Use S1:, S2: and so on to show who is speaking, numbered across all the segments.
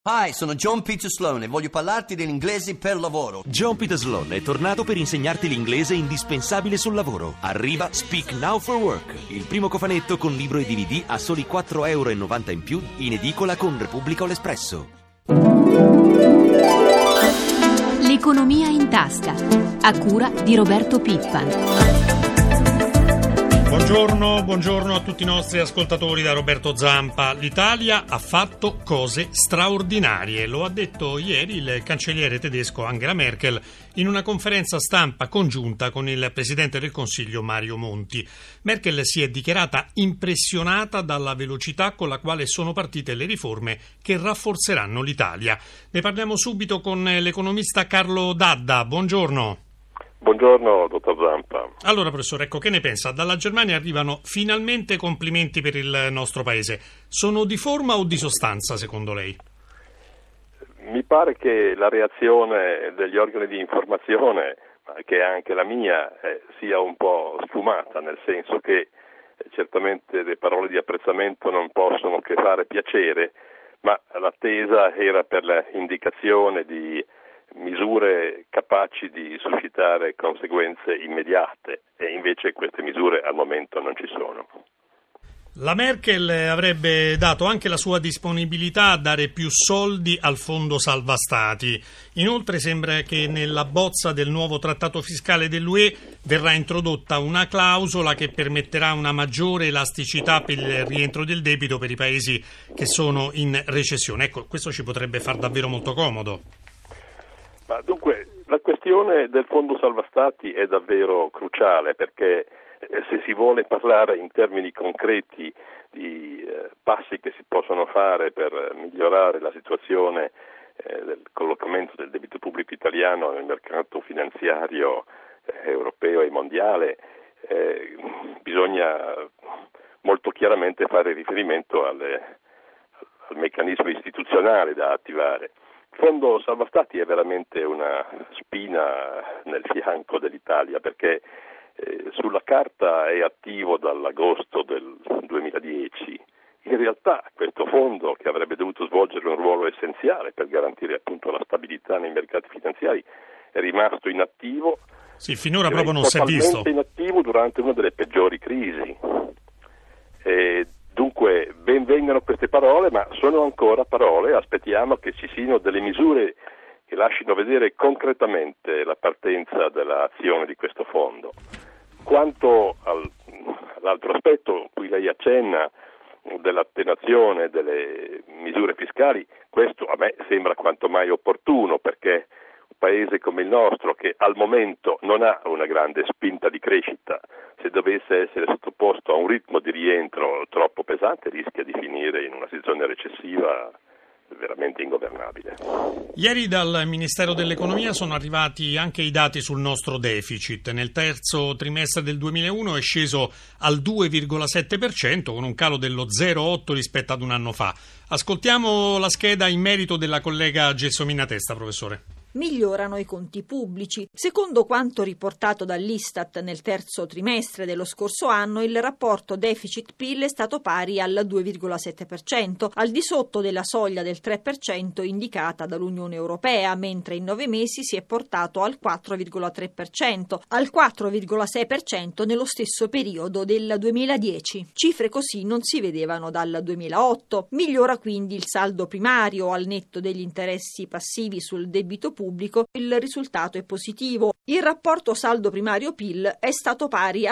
S1: Hi, sono John Peter Sloan e voglio parlarti dell'inglese per lavoro.
S2: John Peter Sloan è tornato per insegnarti l'inglese indispensabile sul lavoro. Arriva Speak Now for Work, il primo cofanetto con libro e DVD a soli €4,90 in più in edicola con Repubblica o l'Espresso.
S3: L'economia in tasca, a cura di Roberto Pippan.
S4: Buongiorno a tutti i nostri ascoltatori da Roberto Zampa. L'Italia ha fatto cose straordinarie, lo ha detto ieri il cancelliere tedesco Angela Merkel in una conferenza stampa congiunta con il Presidente del Consiglio Mario Monti. Merkel si è dichiarata impressionata dalla velocità con la quale sono partite le riforme che rafforzeranno l'Italia. Ne parliamo subito con l'economista Carlo Dadda. Buongiorno.
S5: Buongiorno, dottor Zampa.
S4: Allora, professore, che ne pensa? Dalla Germania arrivano finalmente complimenti per il nostro paese. Sono di forma o di sostanza, secondo lei?
S5: Mi pare che la reazione degli organi di informazione, che è anche la mia, sia un po' sfumata, nel senso che certamente le parole di apprezzamento non possono che fare piacere, ma l'attesa era per l'indicazione di misure capaci di suscitare conseguenze immediate e invece queste misure al momento non ci sono.
S4: La Merkel avrebbe dato anche la sua disponibilità a dare più soldi al fondo salva stati. Inoltre sembra che nella bozza del nuovo trattato fiscale dell'UE verrà introdotta una clausola che permetterà una maggiore elasticità per il rientro del debito per i paesi che sono in recessione. Ecco, questo ci potrebbe far davvero molto comodo.
S5: Ma dunque, la questione del fondo salva stati è davvero cruciale perché se si vuole parlare in termini concreti di passi che si possono fare per migliorare la situazione del collocamento del debito pubblico italiano nel mercato finanziario europeo e mondiale, bisogna molto chiaramente fare riferimento al meccanismo istituzionale da attivare. Il fondo salva stati è veramente una spina nel fianco dell'Italia perché sulla carta è attivo dall'agosto del 2010. In realtà questo fondo, che avrebbe dovuto svolgere un ruolo essenziale per garantire appunto la stabilità nei mercati finanziari, è rimasto inattivo.
S4: Sì, finora proprio non si è visto.
S5: Totalmente inattivo durante una delle peggiori crisi. Dunque, ben vengano queste parole, ma sono ancora parole. Aspettiamo che ci siano delle misure che lasciano vedere concretamente la partenza dell'azione di questo fondo. Quanto all'altro aspetto cui lei accenna, dell'attenuazione delle misure fiscali, questo a me sembra quanto mai opportuno perché un paese come il nostro, che al momento non ha una grande spinta di crescita, se dovesse essere sottoposto a un ritmo di rientro troppo pesante rischia di finire in una situazione recessiva veramente ingovernabile.
S4: Ieri dal Ministero dell'Economia sono arrivati anche i dati sul nostro deficit. Nel terzo trimestre del 2001 è sceso al 2,7% con un calo dello 0,8 rispetto ad un anno fa. Ascoltiamo la scheda in merito della collega Gelsomina Testa, professore.
S6: Migliorano i conti pubblici. Secondo quanto riportato dall'Istat nel terzo trimestre dello scorso anno, il rapporto deficit-PIL è stato pari al 2,7%, al di sotto della soglia del 3% indicata dall'Unione Europea, mentre in 9 mesi si è portato al 4,3%, al 4,6% nello stesso periodo del 2010. Cifre così non si vedevano dal 2008. Migliora quindi il saldo primario al netto degli interessi passivi sul debito pubblico, il risultato è positivo. Il rapporto saldo primario PIL è stato pari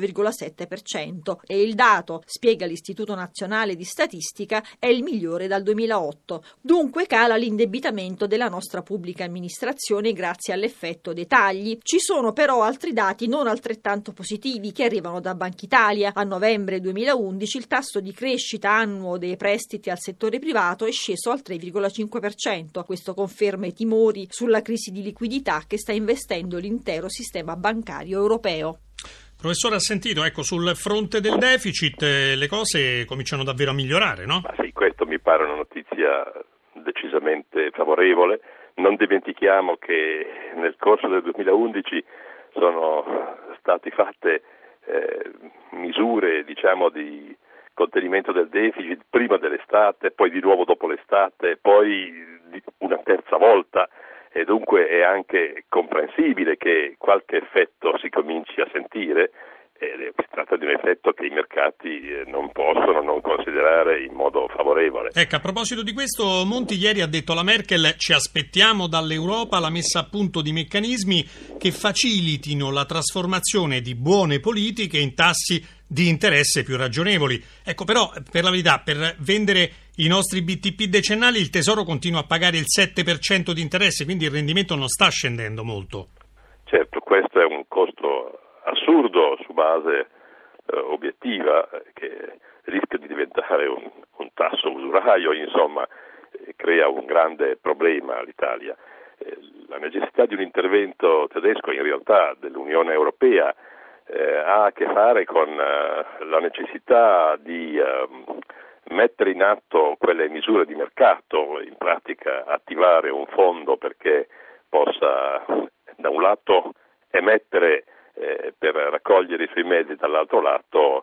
S6: all'1,7% e il dato, spiega l'Istituto Nazionale di Statistica, è il migliore dal 2008. Dunque cala l'indebitamento della nostra pubblica amministrazione grazie all'effetto dei tagli. Ci sono però altri dati non altrettanto positivi che arrivano da Bankitalia. A novembre 2011 il tasso di crescita annuo dei prestiti al settore privato è sceso al 3,5%. Questo conferma i timori sulla crisi di liquidità che sta investendo l'intero sistema bancario europeo.
S4: Professore, ha sentito, sul fronte del deficit le cose cominciano davvero a migliorare, no?
S5: Ma sì, questo mi pare una notizia decisamente favorevole. Non dimentichiamo che nel corso del 2011 sono state fatte misure, di contenimento del deficit prima dell'estate, poi di nuovo dopo l'estate, poi una terza volta, e dunque è anche comprensibile che qualche effetto si cominci a sentire. Si tratta di un effetto che i mercati non possono non considerare in modo favorevole.
S4: Ecco, a proposito di questo, Monti ieri ha detto alla Merkel: ci aspettiamo dall'Europa la messa a punto di meccanismi che facilitino la trasformazione di buone politiche in tassi di interesse più ragionevoli. Ecco, però, per la verità, per vendere i nostri BTP decennali il Tesoro continua a pagare il 7% di interesse, quindi il rendimento non sta scendendo molto.
S5: Certo, questo è un costo assurdo su base obiettiva, che rischia di diventare un tasso usuraio, insomma, crea un grande problema all'Italia. La necessità di un intervento tedesco, in realtà dell'Unione Europea, ha a che fare con la necessità di mettere in atto quelle misure di mercato, in pratica attivare un fondo perché possa da un lato emettere per raccogliere i suoi mezzi, dall'altro lato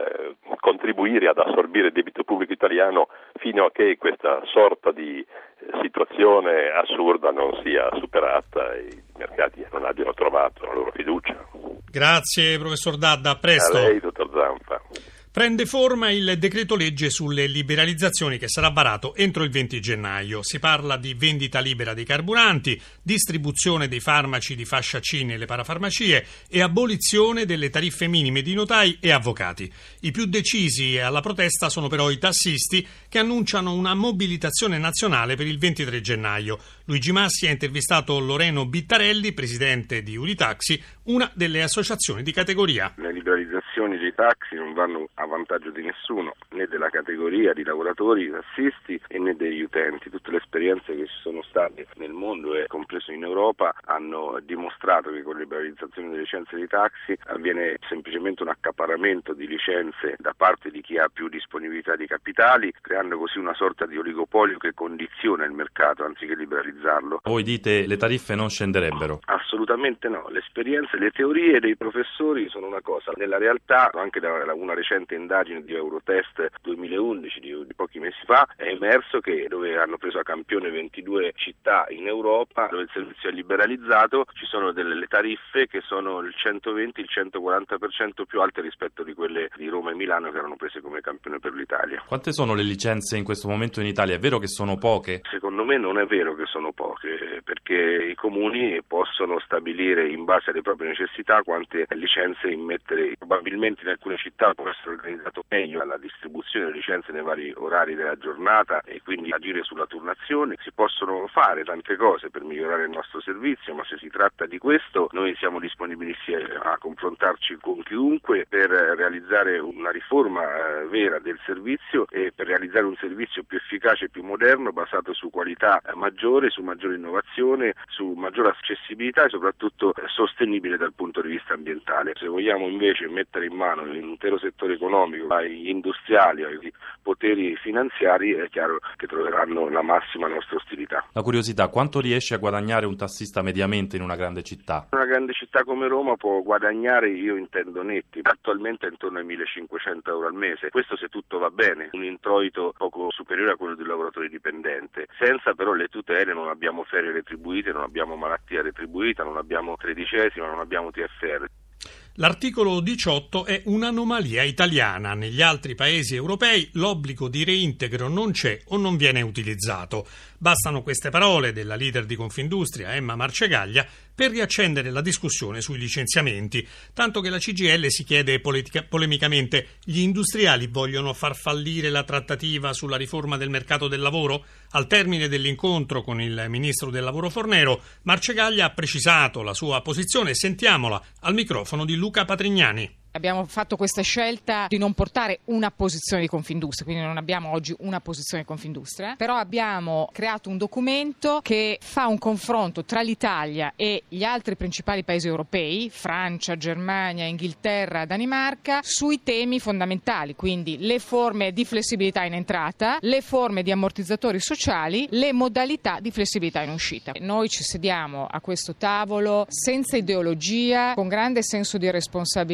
S5: contribuire ad assorbire il debito pubblico italiano fino a che questa sorta di situazione assurda non sia superata e i mercati non abbiano trovato la loro fiducia.
S4: Grazie professor D'Adda, a presto.
S5: A lei, dottor Zampa.
S4: Prende forma il decreto legge sulle liberalizzazioni che sarà varato entro il 20 gennaio. Si parla di vendita libera dei carburanti, distribuzione dei farmaci di fascia C nelle parafarmacie e abolizione delle tariffe minime di notai e avvocati. I più decisi alla protesta sono però i tassisti, che annunciano una mobilitazione nazionale per il 23 gennaio. Luigi Massi ha intervistato Loreno Bittarelli, presidente di Unitaxi, una delle associazioni di categoria.
S7: Le liberalizzazioni dei taxi non vanno a vantaggio di nessuno, né della categoria di lavoratori tassisti né degli utenti. Tutte le esperienze che ci sono state nel mondo e compreso in Europa hanno dimostrato che con la liberalizzazione delle licenze dei taxi avviene semplicemente un accaparramento di licenze da parte di chi ha più disponibilità di capitali, creando così una sorta di oligopolio che condiziona il mercato anziché liberalizzarlo.
S8: Voi dite le tariffe non scenderebbero?
S7: Assolutamente no, le esperienze, le teorie dei professori sono una cosa, nella realtà anche da una recente indagine di Eurotest 2011 di pochi mesi fa è emerso che dove hanno preso a campione 22 città in Europa dove il servizio è liberalizzato ci sono delle tariffe che sono il 120, il 140% più alte rispetto di quelle di Roma e Milano che erano prese come campione per l'Italia.
S8: Quante sono le licenze in questo momento in Italia? È vero che sono poche?
S7: Secondo me non è vero che sono poche, perché i comuni possono stabilire in base alle proprie necessità quante licenze immettere. Probabilmente in alcune città può essere organizzato meglio la distribuzione delle licenze nei vari orari della giornata e quindi agire sulla turnazione. Si possono fare tante cose per migliorare il nostro servizio, ma se si tratta di questo noi siamo disponibilissimi a confrontarci con chiunque per realizzare una riforma vera del servizio e per realizzare un servizio più efficace e più moderno basato su qualità maggiore, su maggiore innovazione, su maggiore accessibilità e soprattutto sostenibile dal punto di vista ambientale. Se vogliamo invece mettere in mano l'intero settore economico agli industriali, ai poteri finanziari, è chiaro che troveranno la massima nostra ostilità.
S8: La curiosità, quanto riesce a guadagnare un tassista mediamente in una grande città?
S7: Una grande città come Roma può guadagnare, io intendo netti, attualmente è intorno ai 1.500 euro al mese. Questo se tutto va bene, un introito poco superiore a quello di un lavoratore dipendente. Senza però le tutele non abbiamo ferie retribuite, non abbiamo malattia retribuita, non abbiamo tredicesima, non abbiamo TFR.
S4: L'articolo 18 è un'anomalia italiana. Negli altri paesi europei l'obbligo di reintegro non c'è o non viene utilizzato. Bastano queste parole della leader di Confindustria, Emma Marcegaglia, per riaccendere la discussione sui licenziamenti, tanto che la CGIL si chiede polemicamente: gli industriali vogliono far fallire la trattativa sulla riforma del mercato del lavoro? Al termine dell'incontro con il ministro del lavoro Fornero, Marcegaglia ha precisato la sua posizione. Sentiamola al microfono di Luca Patrignani.
S9: Abbiamo fatto questa scelta di non portare una posizione di Confindustria, quindi non abbiamo oggi una posizione di Confindustria, però abbiamo creato un documento che fa un confronto tra l'Italia e gli altri principali paesi europei, Francia, Germania, Inghilterra, Danimarca, sui temi fondamentali, quindi le forme di flessibilità in entrata, le forme di ammortizzatori sociali, le modalità di flessibilità in uscita. Noi ci sediamo a questo tavolo senza ideologia, con grande senso di responsabilità,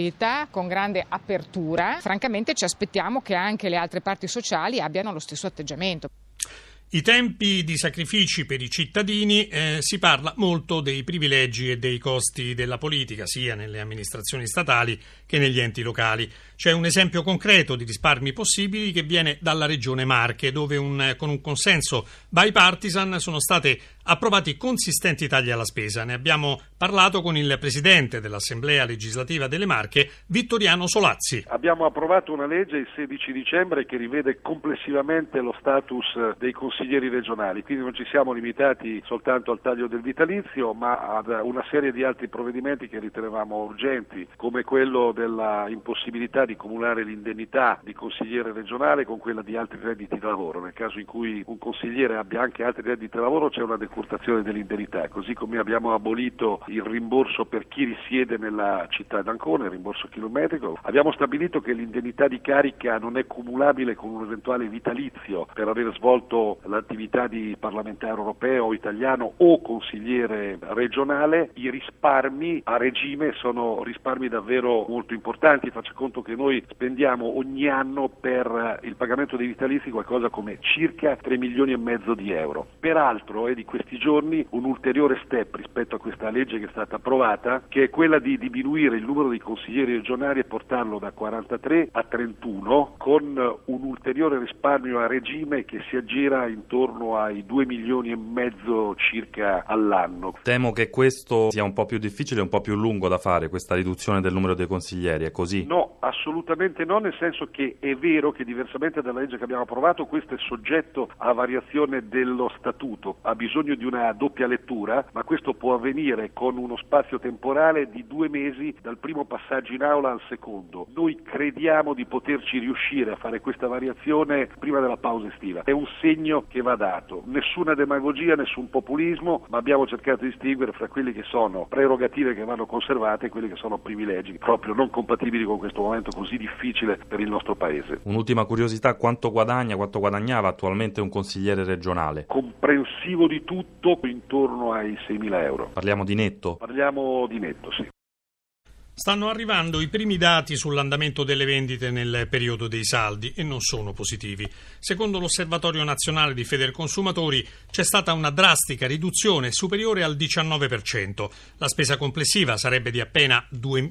S9: chiarezza, con grande apertura. Francamente ci aspettiamo che anche le altre parti sociali abbiano lo stesso atteggiamento.
S4: I tempi di sacrifici per i cittadini, si parla molto dei privilegi e dei costi della politica, sia nelle amministrazioni statali che negli enti locali. C'è un esempio concreto di risparmi possibili che viene dalla regione Marche, dove con un consenso bipartisan sono state approvati consistenti tagli alla spesa. Ne abbiamo parlato con il presidente dell'Assemblea legislativa delle Marche, Vittoriano Solazzi.
S10: Abbiamo approvato una legge il 16 dicembre che rivede complessivamente lo status dei consiglieri regionali, quindi non ci siamo limitati soltanto al taglio del vitalizio, ma ad una serie di altri provvedimenti che ritenevamo urgenti, come quello della impossibilità di cumulare l'indennità di consigliere regionale con quella di altri redditi di lavoro. Nel caso in cui un consigliere abbia anche altri redditi di lavoro c'è una decurtazione dell'indennità, così come abbiamo abolito il rimborso per chi risiede nella città d'Ancona, il rimborso chilometrico. Abbiamo stabilito che l'indennità di carica non è cumulabile con un eventuale vitalizio per aver svolto l'attività di parlamentare europeo, italiano o consigliere regionale. I risparmi a regime sono risparmi davvero molto importanti. Faccia conto che noi spendiamo ogni anno per il pagamento dei vitalizi qualcosa come circa 3 milioni e mezzo di euro. Peraltro è di questi giorni un ulteriore step rispetto a questa legge che è stata approvata, che è quella di diminuire il numero dei consiglieri regionali e portarlo da 43 a 31, con un ulteriore risparmio a regime che si aggira intorno ai 2 milioni e mezzo circa all'anno.
S8: Temo che questo sia un po' più difficile e un po' più lungo da fare, questa riduzione del numero dei consiglieri, è così?
S10: No, assolutamente no, nel senso che è vero che diversamente dalla legge che abbiamo approvato questo è soggetto a variazione dello statuto, ha bisogno di una doppia lettura, ma questo può avvenire con uno spazio temporale di 2 mesi dal primo passaggio in aula al secondo. Noi crediamo di poterci riuscire a fare questa variazione prima della pausa estiva. È un segno che va dato, nessuna demagogia, nessun populismo, ma abbiamo cercato di distinguere fra quelli che sono prerogative che vanno conservate e quelli che sono privilegi proprio non compatibili con questo momento così difficile per il nostro Paese.
S8: Un'ultima curiosità, quanto guadagnava attualmente un consigliere regionale?
S10: Comprensivo di tutto, intorno ai 6.000 euro.
S8: Parliamo di netto?
S10: Parliamo di netto, sì.
S4: Stanno arrivando i primi dati sull'andamento delle vendite nel periodo dei saldi e non sono positivi. Secondo l'Osservatorio Nazionale di Federconsumatori c'è stata una drastica riduzione superiore al 19%. La spesa complessiva sarebbe di appena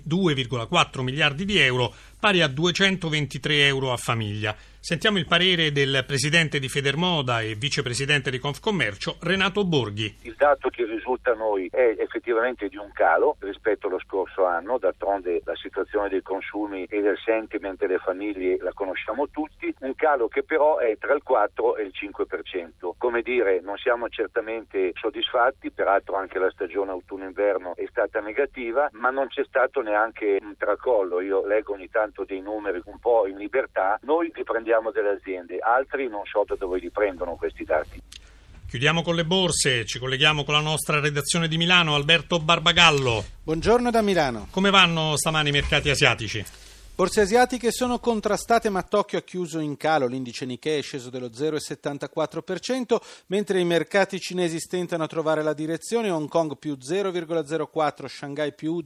S4: 2,4 miliardi di euro, pari a 223 euro a famiglia. Sentiamo il parere del presidente di Federmoda e vicepresidente di Confcommercio, Renato Borghi.
S11: Il dato che risulta a noi è effettivamente di un calo rispetto allo scorso anno, d'altronde la situazione dei consumi e del sentiment delle famiglie la conosciamo tutti, un calo che però è tra il 4 e il 5%. Come dire, non siamo certamente soddisfatti, peraltro anche la stagione autunno-inverno è stata negativa, ma non c'è stato neanche un tracollo. Io leggo ogni tanto dei numeri un po' in libertà, noi riprendiamo delle aziende, altri non so da dove li prendono questi dati.
S4: Chiudiamo con le borse, ci colleghiamo con la nostra redazione di Milano, Alberto Barbagallo.
S12: Buongiorno da Milano.
S4: Come vanno stamani i mercati asiatici?
S12: Borse asiatiche sono contrastate, ma Tokyo ha chiuso in calo. L'indice Nikkei è sceso dello 0,74%, mentre i mercati cinesi stentano a trovare la direzione. Hong Kong più 0,04%, Shanghai più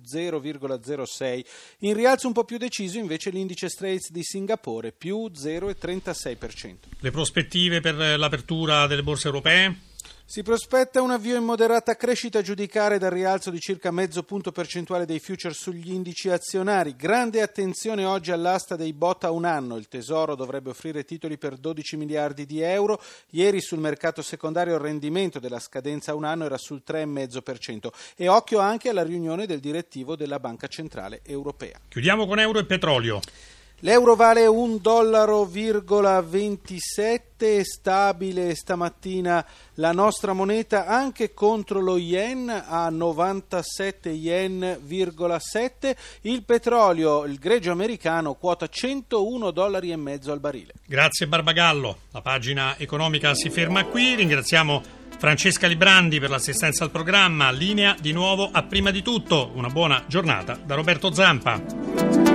S12: 0,06%. In rialzo un po' più deciso invece l'indice Straits di Singapore, più 0,36%.
S4: Le prospettive per l'apertura delle borse europee?
S12: Si prospetta un avvio in moderata crescita a giudicare dal rialzo di circa mezzo punto percentuale dei futures sugli indici azionari. Grande attenzione oggi all'asta dei BOT a un anno. Il Tesoro dovrebbe offrire titoli per 12 miliardi di euro. Ieri sul mercato secondario il rendimento della scadenza a un anno era sul 3,5%. E occhio anche alla riunione del direttivo della Banca Centrale Europea.
S4: Chiudiamo con euro e petrolio.
S12: L'euro vale $1,27, stabile stamattina la nostra moneta anche contro lo yen a 97 yen,7. Il petrolio, il greggio americano, quota $101,5 al barile.
S4: Grazie Barbagallo, la pagina economica si ferma qui, ringraziamo Francesca Librandi per l'assistenza al programma, linea di nuovo a Prima di Tutto, una buona giornata da Roberto Zampa.